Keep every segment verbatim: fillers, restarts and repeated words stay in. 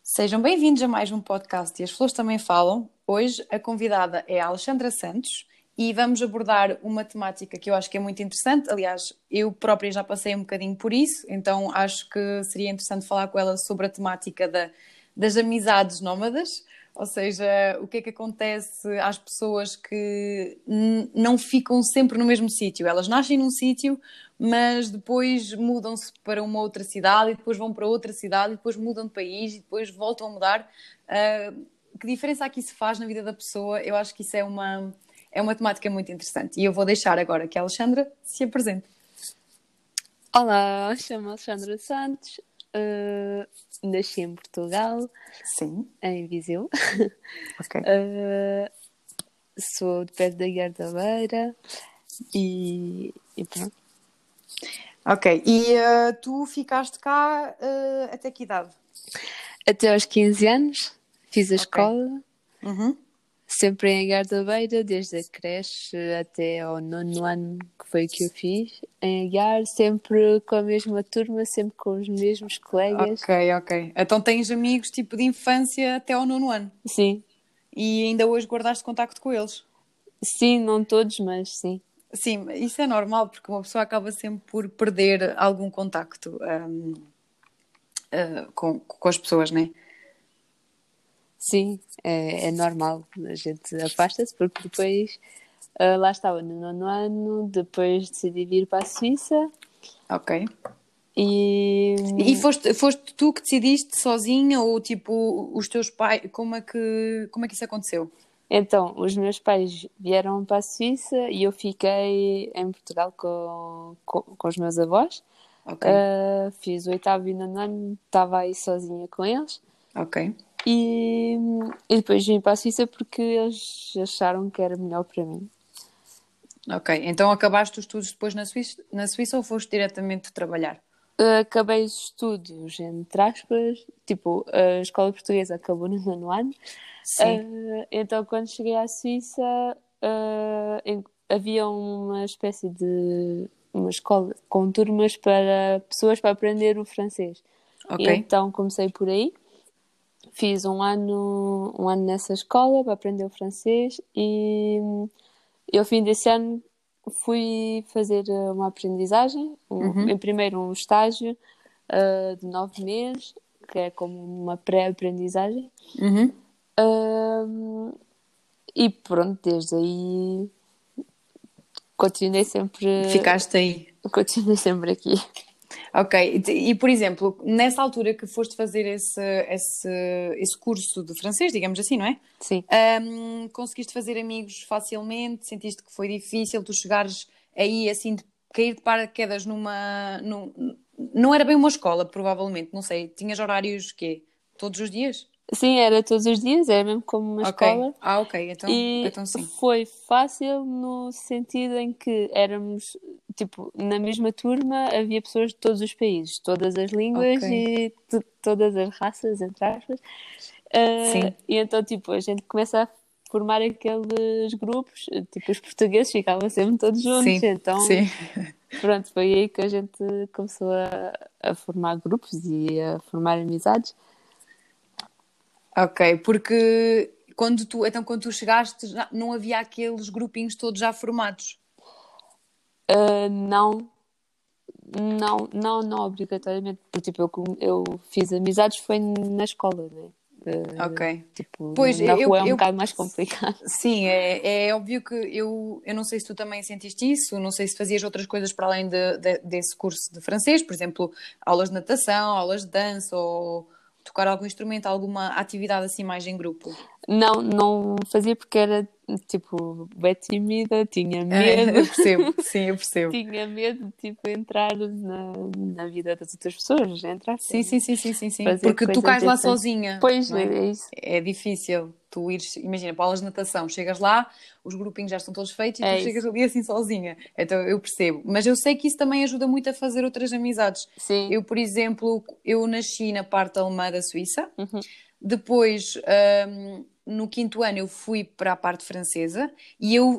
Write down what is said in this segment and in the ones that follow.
Sejam bem-vindos a mais um podcast e as flores também falam. Hoje a convidada é a Alexandra Santos e vamos abordar uma temática que eu acho que é muito interessante. Aliás, eu própria já passei um bocadinho por isso, então acho que seria interessante falar com ela sobre a temática da, das amizades nómadas. Ou seja, o que é que acontece às pessoas que n- não ficam sempre no mesmo sítio. Elas nascem num sítio, mas depois mudam-se para uma outra cidade e depois vão para outra cidade e depois mudam de país e depois voltam a mudar. Uh, que diferença aqui se faz na vida da pessoa? Eu acho que isso é uma, é uma temática muito interessante. E eu vou deixar agora que a Alexandra se apresente. Olá, chamo-me Alexandra Santos, uh, nasci em Portugal, Sim. em Viseu. Ok. Uh, sou de perto da Guiar da Beira e, e pronto. Ok. E uh, tu ficaste cá uh, até que idade? Até aos quinze anos fiz a Ok. escola, Uhum. sempre em Aguiar da Beira, desde a creche até ao nono ano, que foi o que eu fiz. Em Aguiar, sempre com a mesma turma, sempre com os mesmos colegas. Ok, ok. Então tens amigos tipo de infância até ao nono ano Sim, e ainda hoje guardaste contacto com eles? sim, não todos, mas sim. Sim, isso é normal porque uma pessoa acaba sempre por perder algum contacto hum, uh, com, com as pessoas, não é? Sim, é, é normal, a gente afasta-se porque depois ah, lá estava no nono ano, depois decidi vir para a Suíça Ok. e E foste, foste tu que decidiste sozinha ou tipo os teus pais? Como é que, como é que isso aconteceu? então os meus pais vieram para a Suíça e eu fiquei em Portugal com, com, com os meus avós. Ok, Ah, fiz o oitavo e nono ano, estava aí sozinha com eles ok, e, e depois vim para a Suíça porque eles acharam que era melhor para mim. ok. Então acabaste os estudos depois na Suíça, na Suíça ou foste diretamente trabalhar? Acabei os estudos, entre aspas, tipo, a escola portuguesa acabou no nono ano. Sim, Uh, então, quando cheguei à Suíça, uh, em- havia uma espécie de uma escola com turmas para pessoas para aprender o francês. E ok, então comecei por aí, fiz um ano, um ano nessa escola para aprender o francês e, e ao fim desse ano fui fazer uh, uma aprendizagem, um, uhum, em primeiro um estágio uh, de nove meses, que é como uma pré-aprendizagem. uhum. Um, e pronto, desde aí continuei sempre, Ficaste aí. continuei sempre aqui. Ok, e, e, por exemplo, nessa altura que foste fazer esse, esse, esse curso de francês, digamos assim, não é? Sim. Ahm, conseguiste fazer amigos facilmente? Sentiste que foi difícil tu chegares aí assim, de cair de paraquedas numa. Num, não era bem uma escola, provavelmente, não sei. Tinhas horários quê? Todos os dias? Sim, era todos os dias, era mesmo como uma Ok, escola. ah, ok, então, E então sim. foi fácil no sentido em que éramos, tipo, na mesma turma havia pessoas de todos os países, todas as Ok, línguas e to- todas as raças, entre aspas. Ah, sim, e então, tipo, a gente começa a formar aqueles grupos, tipo, os portugueses ficavam sempre todos juntos, sim, então, sim. pronto, foi aí que a gente começou a, a formar grupos e a formar amizades. Ok, porque quando tu, então quando tu chegaste já não havia aqueles grupinhos todos já formados. Ah, não. Não, não, não obrigatoriamente, porque tipo, eu, com- eu fiz amizades foi na escola, né? Ok. Eh, tipo, Pois, na eu, rua é um eu bocado mais complicado. sim, é, é óbvio que eu, eu não sei se tu também sentiste isso, não sei se fazias outras coisas para além de, de- desse curso de francês, por exemplo, aulas de natação, aulas de dança ou tocar algum instrumento, alguma atividade assim mais em grupo. Não, não fazia porque era tipo bem tímida, tinha medo, É, eu percebo, sim, eu percebo. tinha medo de tipo entrar na, na vida das outras pessoas, entre aspas, Sim, né? sim, sim, sim, sim, sim. Fazer Porque tu coisas cais lá diferentes. sozinha, Pois, não é? é isso. É difícil tu ires, imagina, para aulas de natação, chegas lá, os grupinhos já estão todos feitos e tu É chegas isso. ali assim sozinha. Então eu percebo. Mas eu sei que isso também ajuda muito a fazer outras amizades. Sim. Eu, por exemplo, eu nasci na parte alemã da Suíça, Uhum. depois, hum, no quinto ano, eu fui para a parte francesa e eu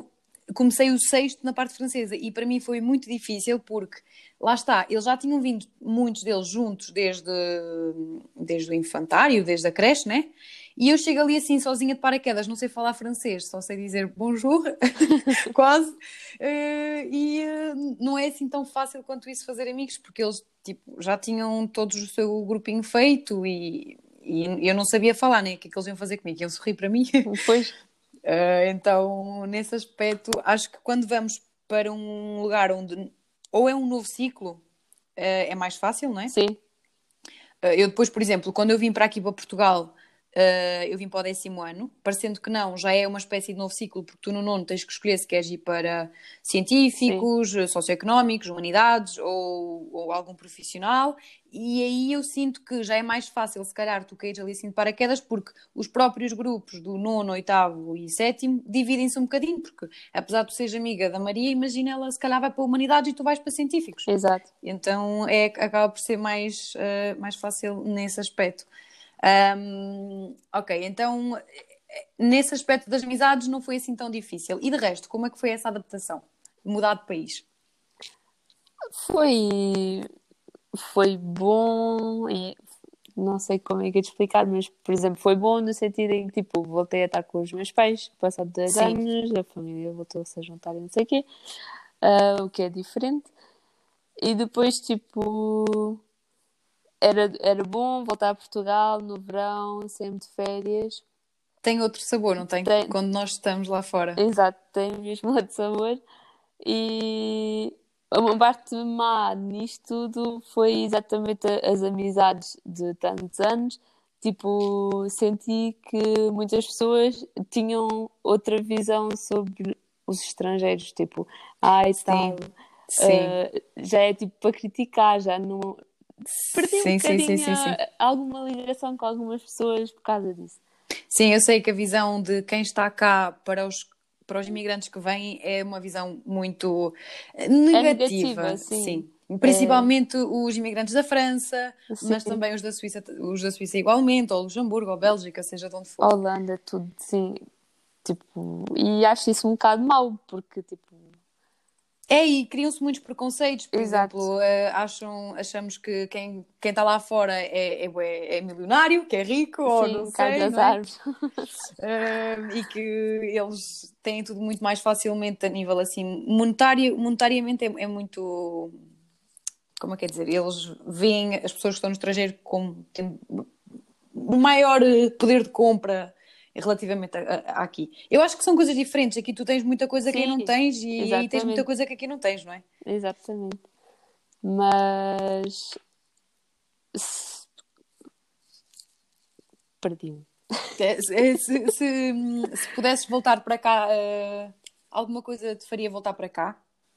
comecei o sexto na parte francesa e para mim foi muito difícil porque, lá está, eles já tinham vindo, muitos deles juntos desde, desde o infantário, desde a creche, né? E eu chego ali assim sozinha de paraquedas, não sei falar francês, só sei dizer bonjour, quase, uh, e uh, não é assim tão fácil quanto isso fazer amigos, porque eles tipo, já tinham todos o seu grupinho feito e, e eu não sabia falar, né? O que é que eles iam fazer comigo? Iam sorrir para mim? Pois. Uh, então, nesse aspecto, acho que quando vamos para um lugar onde ou é um novo ciclo, uh, é mais fácil, não é? Sim. Uh, eu depois, por exemplo, quando eu vim para aqui para Portugal, uh, eu vim para o décimo ano, parecendo que não, já é uma espécie de novo ciclo, porque tu no nono tens que escolher se queres ir para científicos, Sim. socioeconómicos, humanidades ou, ou algum profissional, e aí eu sinto que já é mais fácil, se calhar, tu caíres ali assim de paraquedas, porque os próprios grupos do nono, oitavo e sétimo dividem-se um bocadinho, porque apesar de tu seres amiga da Maria, imagina ela se calhar vai para humanidades e tu vais para científicos. Exato. Então é, acaba por ser mais, uh, mais fácil nesse aspecto. Um, ok, então nesse aspecto das amizades não foi assim tão difícil. E de resto, como é que foi essa adaptação? Mudar de país? Foi... Foi bom e não sei como é que é de explicar, mas, por exemplo, foi bom no sentido em que, tipo, voltei a estar com os meus pais, passado dois Sim. anos, a família voltou-se a juntar e não sei o quê, uh, o que é diferente. E depois, tipo, era, era bom voltar a Portugal no verão, sempre de férias. Tem outro sabor, não tem? Tem... Quando nós estamos lá fora. Exato, tem mesmo outro sabor. E uma parte má nisto tudo foi exatamente as amizades de tantos anos. Tipo, senti que muitas pessoas tinham outra visão sobre os estrangeiros. Tipo, ai, Sim, tal. sim. Uh, já é tipo para criticar, já não. Perdi um Sim, sim, sim, bocadinho sim, sim. alguma ligação com algumas pessoas por causa disso. Sim, eu sei que a visão de quem está cá para os, para os imigrantes que vêm é uma visão muito negativa. É negativa, sim. Sim. Principalmente é... os imigrantes da França, sim. mas também os da Suíça, os da Suíça igualmente, ou Luxemburgo, ou Bélgica, seja de onde for. Holanda, tudo, sim. Tipo, e acho isso um bocado mau, porque tipo... É, e criam-se muitos preconceitos, por Exato. exemplo, uh, acham, achamos que quem quem está lá fora é, é, é milionário, que é rico, ou Sim, não cai sei, das não é? árvores. Uh, e que eles têm tudo muito mais facilmente a nível assim, monetário, monetariamente é, é muito, como é que é dizer, eles veem as pessoas que estão no estrangeiro como tendo o maior poder de compra relativamente a, a, a aqui. Eu acho que são coisas diferentes. Aqui tu tens muita coisa que aí não tens e exatamente. aí tens muita coisa que aqui não tens, não é? Exatamente. Mas... Perdi-me. Se, se, se, se pudesses voltar para cá, uh, alguma coisa te faria voltar para cá?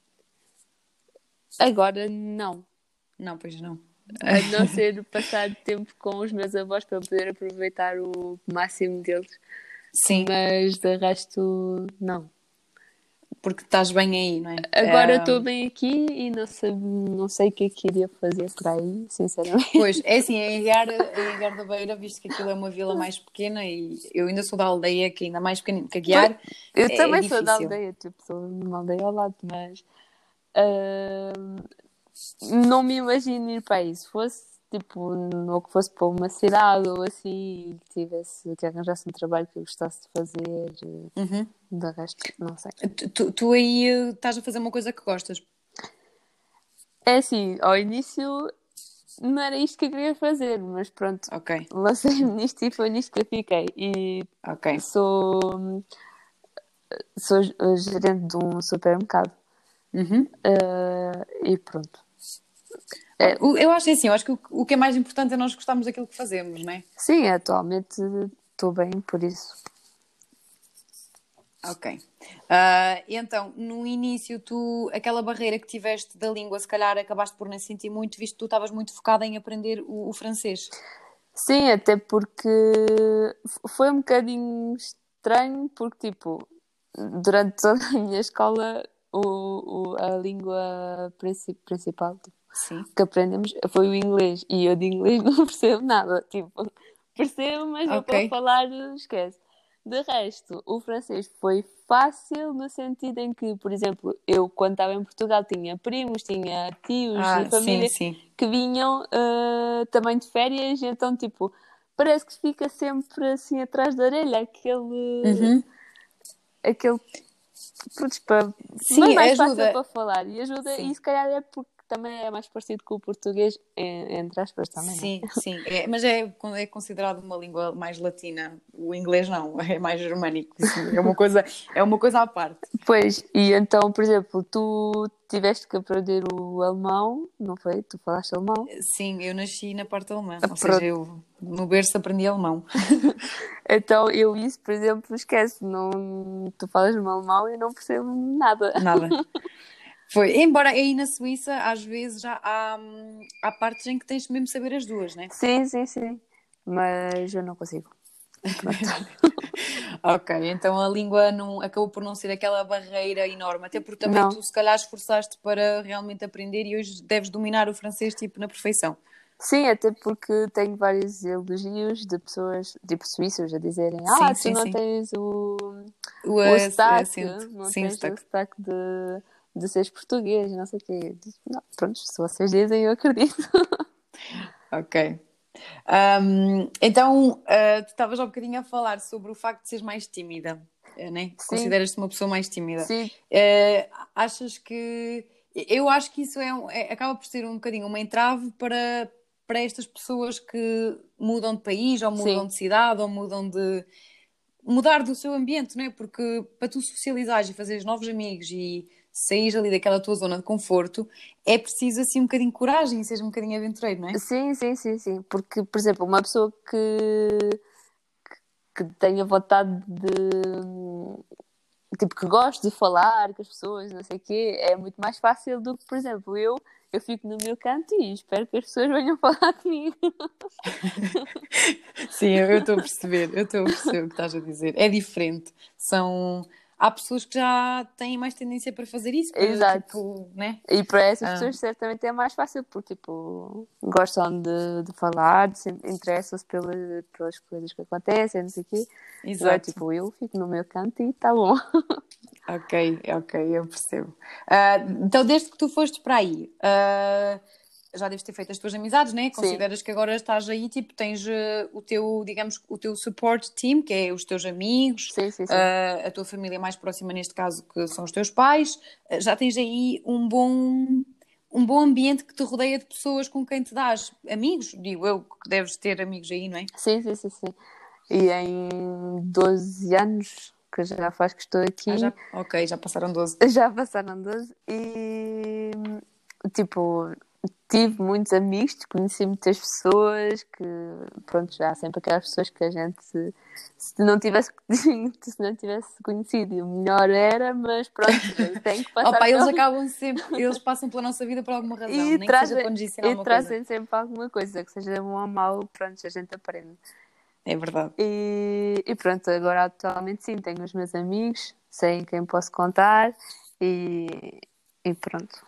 Agora não. Não, pois não. A não ser passar tempo com os meus avós para poder aproveitar o máximo deles. Sim. Mas de resto, não. Porque estás bem aí, não é? Agora estou uh... bem aqui e não sei, não sei o que é que iria fazer por aí, sinceramente. Pois, é assim, em Aguiar, em Aguiar da Beira, visto que aquilo é uma vila mais pequena e eu ainda sou da aldeia, que ainda mais pequena que Aguiar, eu é, também é sou da aldeia, tipo, sou numa aldeia ao lado, mas uh, não me imagino ir para aí. Se fosse, tipo, ou que fosse para uma cidade ou assim, que tivesse, que arranjasse um trabalho que eu gostasse de fazer, uhum. De resto, não sei. Tu, tu, tu aí estás a fazer uma coisa que gostas? É assim, ao início não era isto que eu queria fazer, mas pronto, okay. lancei-me nisto e foi nisto que eu fiquei. E okay. sou, sou gerente de um supermercado. Uhum. Uh, e pronto. É. Eu acho assim, eu acho que o, o que é mais importante é nós gostarmos daquilo que fazemos, não é? Sim, atualmente estou bem por isso. Ok. Uh, então, no início, tu, aquela barreira que tiveste da língua, se calhar acabaste por nem sentir muito, visto que tu estavas muito focada em aprender o, o francês. Sim, até porque foi um bocadinho estranho, porque, tipo, durante toda a minha escola, o, o, a língua principal Sim. que aprendemos foi o inglês, e eu de inglês não percebo nada. Tipo, percebo, mas okay. eu para falar, esquece. De resto, o francês foi fácil no sentido em que, por exemplo, eu quando estava em Portugal tinha primos, tinha tios e Ah, sim, família sim. que vinham uh, também de férias, então tipo, parece que fica sempre assim atrás da orelha aquele, Uhum. aquele pronto, para, mas Sim, mais fácil ajuda. para falar e ajuda, e Sim. se calhar é porque também é mais parecido com o português, entre aspas também, não Sim, é? sim. É, mas é, é considerado uma língua mais latina. O inglês não, é mais germânico. Isso é uma coisa, é uma coisa à parte. Pois, e então, por exemplo, tu tiveste que aprender o alemão, não foi? Tu falaste alemão? Sim, eu nasci na parte alemã, ou seja, Pronto. eu no berço aprendi alemão. Então, eu isso, por exemplo, esquece, não, tu falas-me alemão e não percebo nada. Nada. Foi. Embora aí na Suíça, às vezes, já há, hum, há partes em que tens mesmo de saber as duas, né? Sim, sim, sim, mas eu não consigo. Pronto. Ok, então a língua não, acabou por não ser aquela barreira enorme, até porque também Não. tu se calhar esforçaste para realmente aprender e hoje deves dominar o francês tipo na perfeição. Sim, até porque tenho vários elogios de pessoas, tipo suíços, a dizerem: Sim, Ah, tu sim, não sim. tens o, O o ac- sotaque, acento. não Sim, o tens o sotaque. sotaque de, de seres português, não sei o quê. Eu digo, não, pronto, se vocês dizem, eu acredito. Ok. Ahm, então, ah, tu estavas há um bocadinho a falar sobre o facto de seres mais tímida, eh, né? Sim, Consideras-te uma pessoa mais tímida. sim, Eh, achas que. Eu acho que isso é, um- é- acaba por ser um bocadinho uma entrave para, para estas pessoas que mudam de país, ou mudam sim. de cidade, ou mudam de. Mudar do seu ambiente, não é? Porque para tu socializares e fazeres novos amigos e saís ali daquela tua zona de conforto, é preciso assim um bocadinho de coragem e seres um bocadinho aventureiro, não é? Sim, sim, sim, sim. Porque, por exemplo, uma pessoa que, que tenha vontade de. Tipo, que goste de falar com as pessoas, não sei o quê, é muito mais fácil do que, por exemplo, eu. Eu fico no meu canto e espero que as pessoas venham falar comigo. Sim, eu eu estou a perceber, eu estou a perceber o que estás a dizer. É diferente. São. Há pessoas que já têm mais tendência para fazer isso, para Exato. tipo, né? E para essas Ah, pessoas certamente é mais fácil, porque tipo, gostam de, de falar, de se- interessam-se pelas, pelas coisas que acontecem, não sei o quê. Agora, exato. tipo, eu fico no meu canto e tá bom. Ok, ok, eu percebo. Ah, então, desde que tu foste para aí, ah, já deves ter feito as tuas amizades, né? Sim, Consideras que agora estás aí, tipo, tens eh, o teu, digamos, o teu support team, que é os teus amigos, sim, sim, sim. ah, a tua família mais próxima, neste caso, que são os teus pais. Ah, já tens aí um bom, um bom ambiente que te rodeia de pessoas com quem te dás amigos, digo eu, que deves ter amigos aí, não é? Sim, sim, sim, sim. E em doze anos que já faz que estou Ah, aqui, já, ok, já passaram doze. já passaram doze e tipo, tive muitos amigos, conheci muitas pessoas que, pronto, já há sempre aquelas pessoas que a gente, se, se não tivesse, se não tivesse conhecido, o melhor era, mas pronto, tem que passar Opa, eles pelo. acabam sempre, eles passam pela nossa vida por alguma razão, E nem que seja trazem, para nos ensinar e alguma coisa. trazem sempre alguma coisa, que seja bom ou mau, pronto, a gente aprende. É verdade. E, e pronto, agora atualmente sim, tenho os meus amigos, sei em quem posso contar e, e pronto.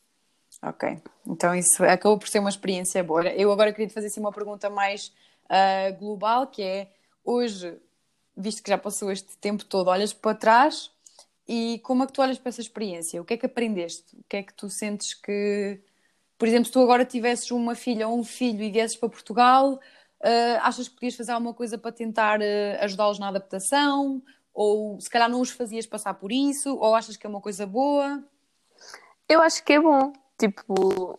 Ok. Então isso acabou por ser uma experiência boa. Eu agora queria te fazer assim uma pergunta mais ah, global, que é hoje, visto que já passou este tempo todo, olhas para trás e como é que tu olhas para essa experiência? O que é que aprendeste? O que é que tu sentes que, por exemplo, se tu agora tivesses uma filha ou um filho e viesses para Portugal, ah, achas que podias fazer alguma coisa para tentar ah, ajudá-los na adaptação? Ou se calhar não os fazias passar por isso? Ou achas que é uma coisa boa? Eu acho que é bom, tipo,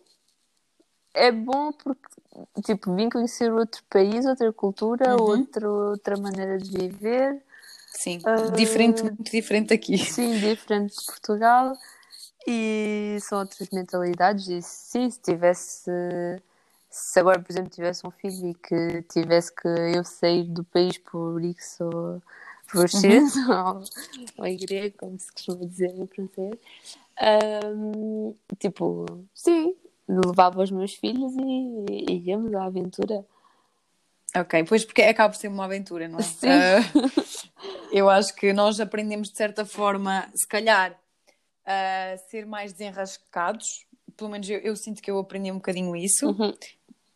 é bom porque, tipo, vim conhecer outro país, outra cultura, Uhum. outra, outra maneira de viver, Sim, diferente, ah, muito diferente daqui. sim, diferente de Portugal e são outras mentalidades e sim, se tivesse, se agora, por exemplo, tivesse um filho e que tivesse que eu sair do país por X ou por Uhum. X ou, ou Y, como se costuma dizer em francês, Ahm, tipo, sim, levava os meus filhos e, e íamos à aventura. Ok, pois porque acaba por ser uma aventura, não é? Sim, Ah, eu acho que nós aprendemos de certa forma, se calhar, a ser mais desenrascados. Pelo menos eu, eu sinto que eu aprendi um bocadinho isso. uhum,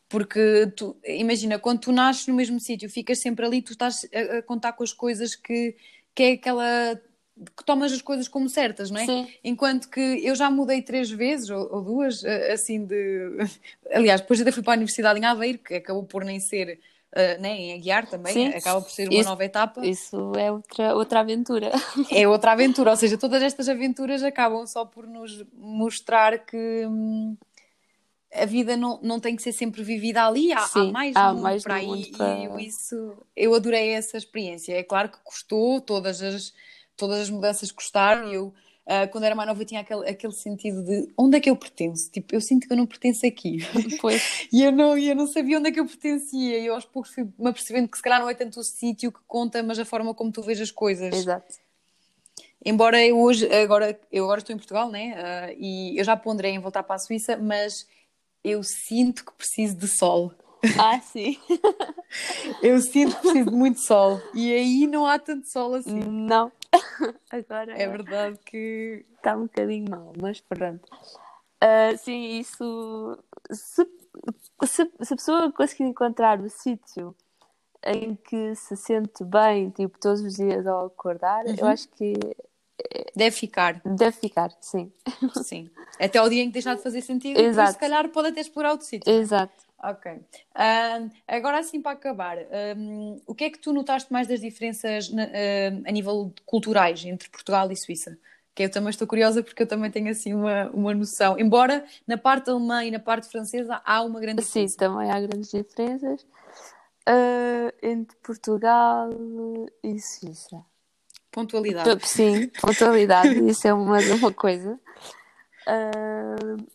Porque tu, imagina, quando tu nasces no mesmo sítio, ficas sempre ali, tu estás a, a contar com as coisas que, que é aquela. Que tomas as coisas como certas, não é? Sim, Enquanto que eu já mudei três vezes, ou, ou duas, a- assim de. Aliás, depois ainda fui para a Universidade em Aveiro, que acabou por nem ser. Uh, né, em Aguiar também, sim. acaba por ser uma Isso, nova etapa. isso é outra, outra aventura. É outra aventura, ou seja, todas estas aventuras acabam só por nos mostrar que. Hum, a vida não, não tem que ser sempre vivida ali, há, há Sim, mais há mundo mais para no mundo aí e eu para. isso eu adorei essa experiência. É claro que custou, todas as, todas as mudanças custaram e eu ah, quando era mais nova tinha aquele, aquele sentido de onde é que eu pertenço? Tipo, eu sinto que eu não pertenço aqui. Pois, E eu não, eu não sabia onde é que eu pertencia e eu aos poucos fui-me apercebendo que se calhar não é tanto o sítio que conta, mas a forma como tu vês as coisas. exato. Embora eu hoje, agora, eu agora estou em Portugal, né? Ah, e eu já ponderei em voltar para a Suíça, mas eu sinto que preciso de sol. Ah, sim. Eu sinto que preciso de muito sol. E aí não há tanto sol assim. Não, É agora verdade que. está um bocadinho mal, mas pronto. Ah, sim, isso. Se, se, se a pessoa conseguir encontrar o sítio em que se sente bem, tipo, todos os dias ao acordar, eu Uhum. acho que Deve ficar, deve ficar, sim. sim. Até ao dia em que deixar de fazer sentido e depois, se Exato, calhar, pode até explorar outro sítio, não é? exato. Ok. Ahm, agora, assim, para acabar, ahm, o que é que tu notaste mais das diferenças na- ahm, a nível de culturais entre Portugal e Suíça? Que eu também estou curiosa porque eu também tenho assim uma, uma noção. Embora na parte alemã e na parte francesa há uma grande Sim, diferença. também há grandes diferenças ah, entre Portugal e Suíça. Pontualidade. P- Sim, pontualidade, isso é uma, uma coisa. Ah,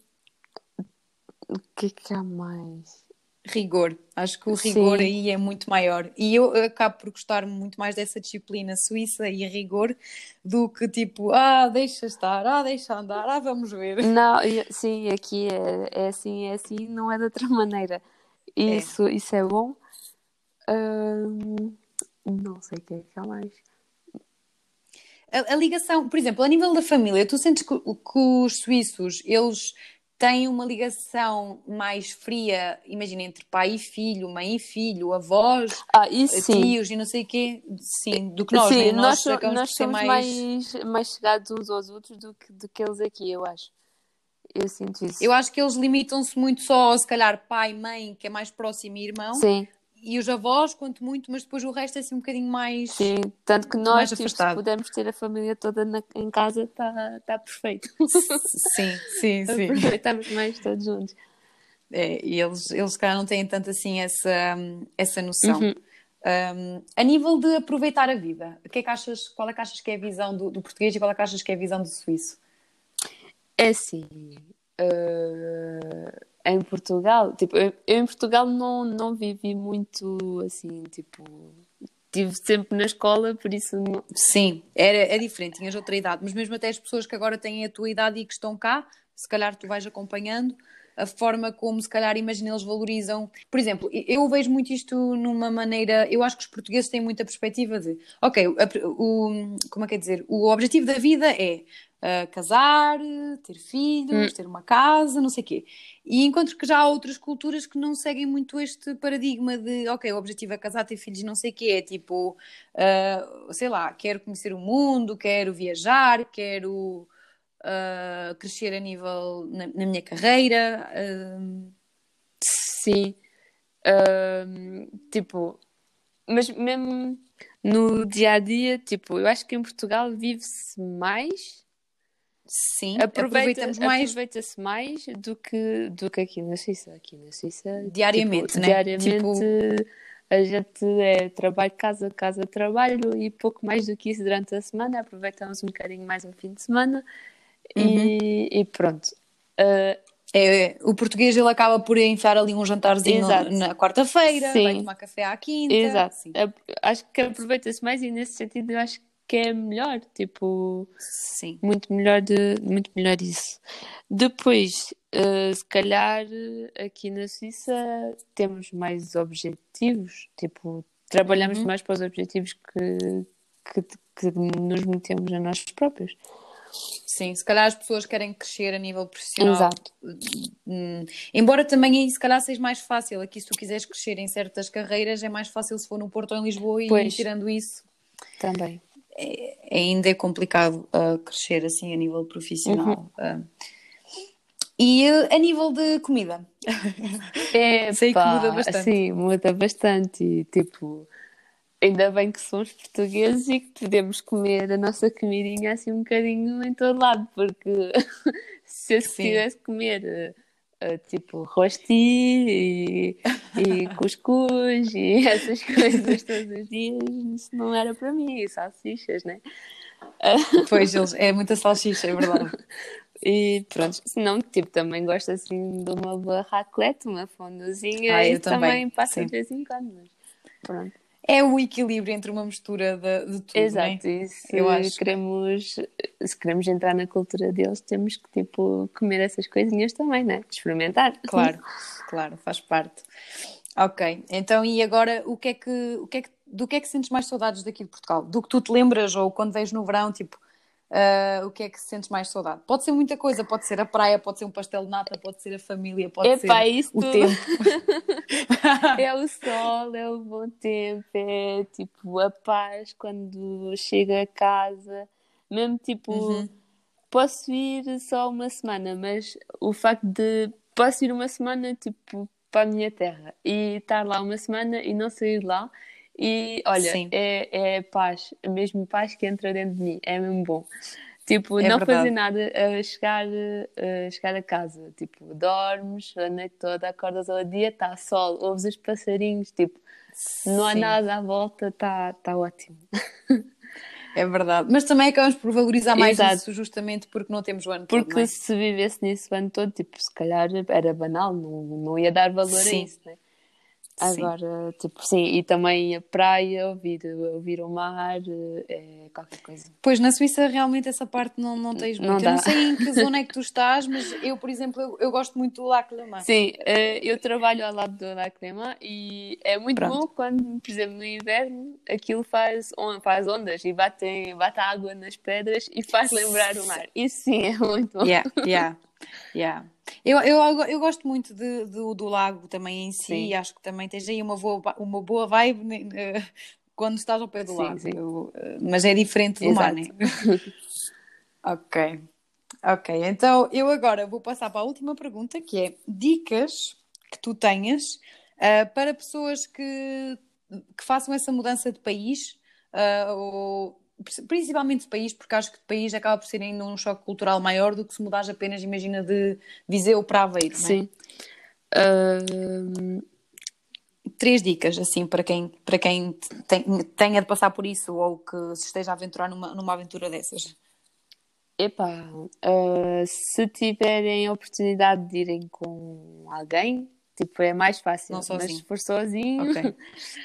o que é que há mais? Rigor. Acho que o rigor Sim, aí é muito maior. E eu acabo por gostar muito mais dessa disciplina suíça e rigor do que tipo, ah, deixa estar, ah, deixa andar, ah, vamos ver. não, eu- sim, aqui é, é assim, é assim, não é de outra maneira. É. Isso, isso é bom. Ah, não sei o que é que há mais. A, a ligação, por exemplo, a nível da família, tu sentes que, que os suíços, eles têm uma ligação mais fria, imagina, entre pai e filho, mãe e filho, avós, Ah, isso sim. tios e não sei o quê, sim, do que nós, Sim, né? nós, Nós so- acabamos por nós ser somos mais. mais, mais chegados uns aos outros do que, do que eles aqui, eu acho. Eu sinto Eu isso. acho que eles limitam-se muito só, ao, se calhar, pai, mãe, que é mais próximo, e irmão, Sim, e os avós, quanto muito, mas depois o resto é assim um bocadinho mais, sim. Tanto que nós, mais tipo, se afastado. pudermos ter a família toda na- em casa, está tá perfeito. Sim, sim, sim. Aproveitamos mais todos juntos. É, e eles, eles, se calhar, não têm tanto assim essa, essa noção. Uhum. Um, a nível de aproveitar a vida, o que é que achas, qual é que achas que é a visão do, do português e qual é que achas que é a visão do suíço? É assim, eh, em Portugal, tipo, eu, eu em Portugal não, não vivi muito assim, tipo, estive sempre na escola, por isso não- Sim, era, é diferente, tinhas outra idade, mas mesmo até as pessoas que agora têm a tua idade e que estão cá, se calhar tu vais acompanhando a forma como, se calhar, imagina, eles valorizam. Por exemplo, eu vejo muito isto numa maneira. Eu acho que os portugueses têm muita perspectiva de, ok, a- o, como é que é dizer? O objetivo da vida é ah, casar, ter Hum, filhos, ter uma casa, não sei o quê. E encontro que já há outras culturas que não seguem muito este paradigma de, ok, o objetivo é casar, ter filhos, não sei o quê. É tipo. Uh, sei lá, quero conhecer o mundo, quero viajar, quero uh, crescer a nível na, na minha carreira. Uh, sim. Ahm, tipo, mas mesmo no dia a dia, tipo, eu acho que em Portugal vive-se mais, sim, aproveita, aproveitamos mais aproveita-se mais do que, do que aqui na Suíça. Aqui na Suíça, tipo, diariamente, né? diariamente Tipo, a gente é trabalho, casa, casa, trabalho e pouco mais do que isso durante a semana. Aproveitamos um bocadinho mais no fim de semana uhum. e, e pronto. Ah, É, o português ele acaba por enfiar ali um jantarzinho exato. na quarta-feira, vai Sim, tomar café à quinta, exato. sim, Ap- Acho que aproveita-se mais e nesse sentido eu acho que é melhor, tipo, sim. muito melhor de, muito melhor isso. Depois, eh, se calhar eh, aqui na Suíça temos mais objetivos, tipo, trabalhamos Uhum. mais para os objetivos que, que, que nos metemos a nós próprios. Sim, se calhar as pessoas querem crescer a nível profissional. Exato. Hum, embora também aí se calhar seja mais fácil. Aqui se tu quiseres crescer em certas carreiras é mais fácil se for no Porto ou em Lisboa e Pois, tirando isso também. é- ainda é complicado uh, crescer assim a nível Uhum. profissional. Uh, e uh, a nível de comida? Sei que muda Epá, bastante. sim, muda bastante. E, tipo, ainda bem que somos portugueses e que podemos comer a nossa comidinha assim um bocadinho em todo lado, porque se eu Sim, tivesse que comer eh, eh, tipo rosti e, e cuscuz e essas coisas todos os dias, isso não era para mim, e salsichas, né? pois eles, é muita salsicha, é verdade. E pronto, se não, tipo, também gosto assim de uma boa raclette, uma fonduzinha, Ah, eu isso também, também passa sim. de vez em quando, mas pronto. É o equilíbrio entre uma mistura de, de tudo, né? Exato, e Eu se acho. queremos, se queremos entrar na cultura deles, temos que, tipo, comer essas coisinhas também, né? Experimentar. Claro, claro, faz parte. Ok, então e agora o que é que, o que é que, do que é que sentes mais saudades daqui de Portugal? Do que tu te lembras ou quando vês no verão, tipo, ah, o que é que sentes mais saudade? Pode ser muita coisa, pode ser a praia, pode ser um pastel de nata, pode ser a família, pode Epá, ser isso o tudo. tempo. É o sol, é o bom tempo, é tipo a paz quando chego a casa. Mesmo tipo, Uhum, posso ir só uma semana, mas o facto de posso ir uma semana tipo para a minha terra e estar lá uma semana e não sair de lá. E olha, sim, é, é paz, é mesmo paz que entra dentro de mim, é mesmo bom. Tipo, é não fazer verdade. nada a chegar, a chegar a casa. Tipo, dormes a noite toda, acordas ao dia, está sol, ouves os passarinhos, tipo, não há Sim, nada à volta, está tá ótimo. é verdade. Mas também acabamos por valorizar mais Exato, isso justamente porque não temos o ano todo, não porque é? se vivesse nisso o ano todo, tipo, se calhar era banal, não, não ia dar valor a Sim, isso, né? sim. Agora, tipo, sim, e também a praia, ouvir, ouvir o mar, é qualquer coisa. Pois, na Suíça realmente essa parte não, não tens Não muito. Eu não dá. sei em que zona é que tu estás, mas eu, por exemplo, eu, eu gosto muito do Lac Le Mans. Sim, eh, eu trabalho ao lado do Lacrema e é muito Pronto. bom quando, por exemplo, no inverno aquilo faz, on- faz ondas e bate, bate água nas pedras e faz lembrar o mar. Isso sim é muito bom. Yeah, yeah, yeah. Eu, eu, eu gosto muito de, do, do lago também em si e Sim, acho que também tens aí uma boa, ba- uma boa vibe né, eh, quando estás ao pé do sim, lago. sim, Eu, eh, mas é diferente do mar, né? exato. Ok, ok. Então eu agora vou passar para a última pergunta, que é dicas que tu tenhas ah, para pessoas que, que façam essa mudança de país, ah, ou principalmente de país, porque acho que de país acaba por ser ainda um choque cultural maior do que se mudares apenas, imagina, de Viseu para Aveiro, não é? Sim. Ahm, Três dicas, assim, para quem, para quem tem- tenha de passar por isso ou que se esteja a aventurar numa, numa aventura dessas. epá, ah, se tiverem a oportunidade de irem com alguém, tipo, é mais Não fácil, mas se sozinho. for sozinho. Ok.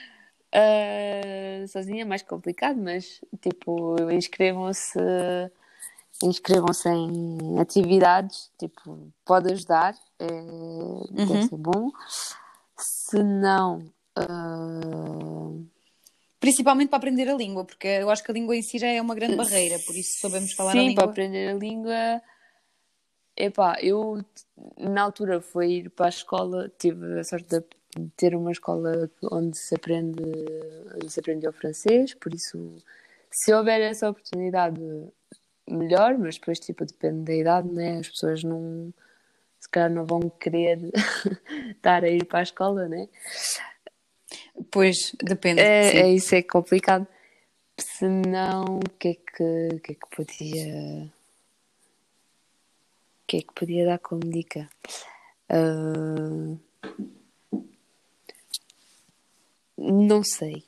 Uh, sozinha é mais complicado, mas tipo, inscrevam-se, inscrevam-se em atividades, tipo, pode ajudar, é, deve Uhum. ser bom. Se não, uh, Principalmente para aprender a língua, porque eu acho que a língua em si já é uma grande barreira, por isso se soubermos falar a sim, para língua. aprender a língua, epá, eu na altura foi ir para a escola, tive a sorte de ter uma escola onde se aprende, onde se aprende o francês, por isso, se houver essa oportunidade melhor, mas depois tipo depende da idade, né? As pessoas não, se calhar não vão querer estar a ir para a escola, né? Pois, depende, É, é sim. isso é complicado. Se não, o que é que, o que é que podia, o que é que podia dar como dica? Ah, não sei.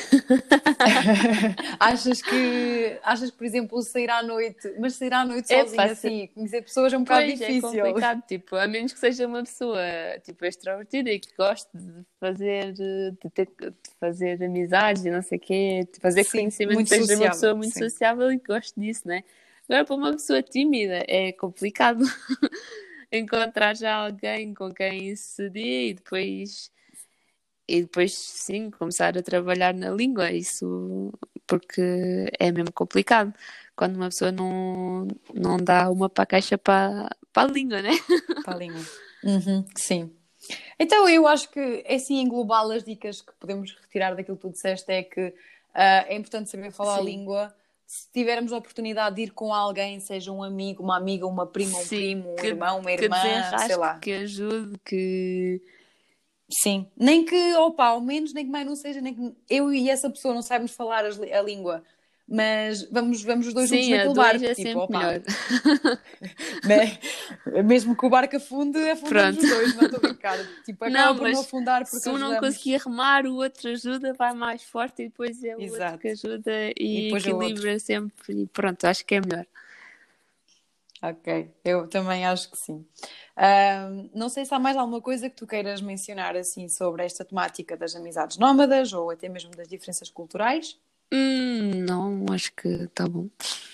Achas que, achas que, por exemplo, sair à noite, mas sair à noite É sozinha fácil. assim, conhecer pessoas é um bocado Pois é difícil. complicado, tipo, a menos que seja uma pessoa tipo extrovertida e que goste de fazer, de ter, de fazer amizades e não sei o quê, de fazer Sim, conhecimento, muito seja uma pessoa sociável, muito sim. sociável e que goste disso, né? Agora, para uma pessoa tímida é complicado encontrar já alguém com quem se dê e depois, e depois sim, começar a trabalhar na língua, isso porque é mesmo complicado. quando uma pessoa não, não dá uma para a caixa para, para a língua, né? Para a língua. Uhum, sim. Então eu acho que, é assim, em global, as dicas que podemos retirar daquilo que tu disseste é que ah, é importante saber falar a Sim, língua. Se tivermos a oportunidade de ir com alguém, seja um amigo, uma amiga, uma prima, um sim, primo, um que, irmão, uma que irmã, sei desenrasque, lá. que ajude, que Sim. Nem que, opa, ao menos, nem que mais não seja, nem que eu e essa pessoa não saibamos falar as li- a língua, mas vamos, vamos os dois juntos sim, a naquele dois barco, é tipo, sempre opa, melhor. né? Mesmo que o barco afunde, afundamos Pronto. os dois, não estou a brincar. Tipo, Não, acaba por não mas afundar porque se um não conseguir ajudamos. remar, o outro ajuda, vai mais forte e depois é o outro que Exato. ajuda E e depois é o outro. equilibra sempre e pronto, acho que é melhor. Ok, eu também acho que sim. Ahm, não sei se há mais alguma coisa que tu queiras mencionar assim sobre esta temática das amizades nómadas ou até mesmo das diferenças culturais. Hum, não, acho que está bom.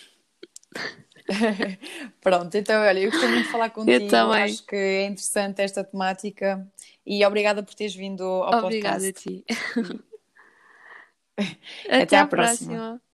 Pronto, então olha, eu gostei muito de falar Eu contigo, também. acho que é interessante esta temática e obrigada por teres vindo ao Obrigada a podcast. ti. E Até até à à próxima. próxima.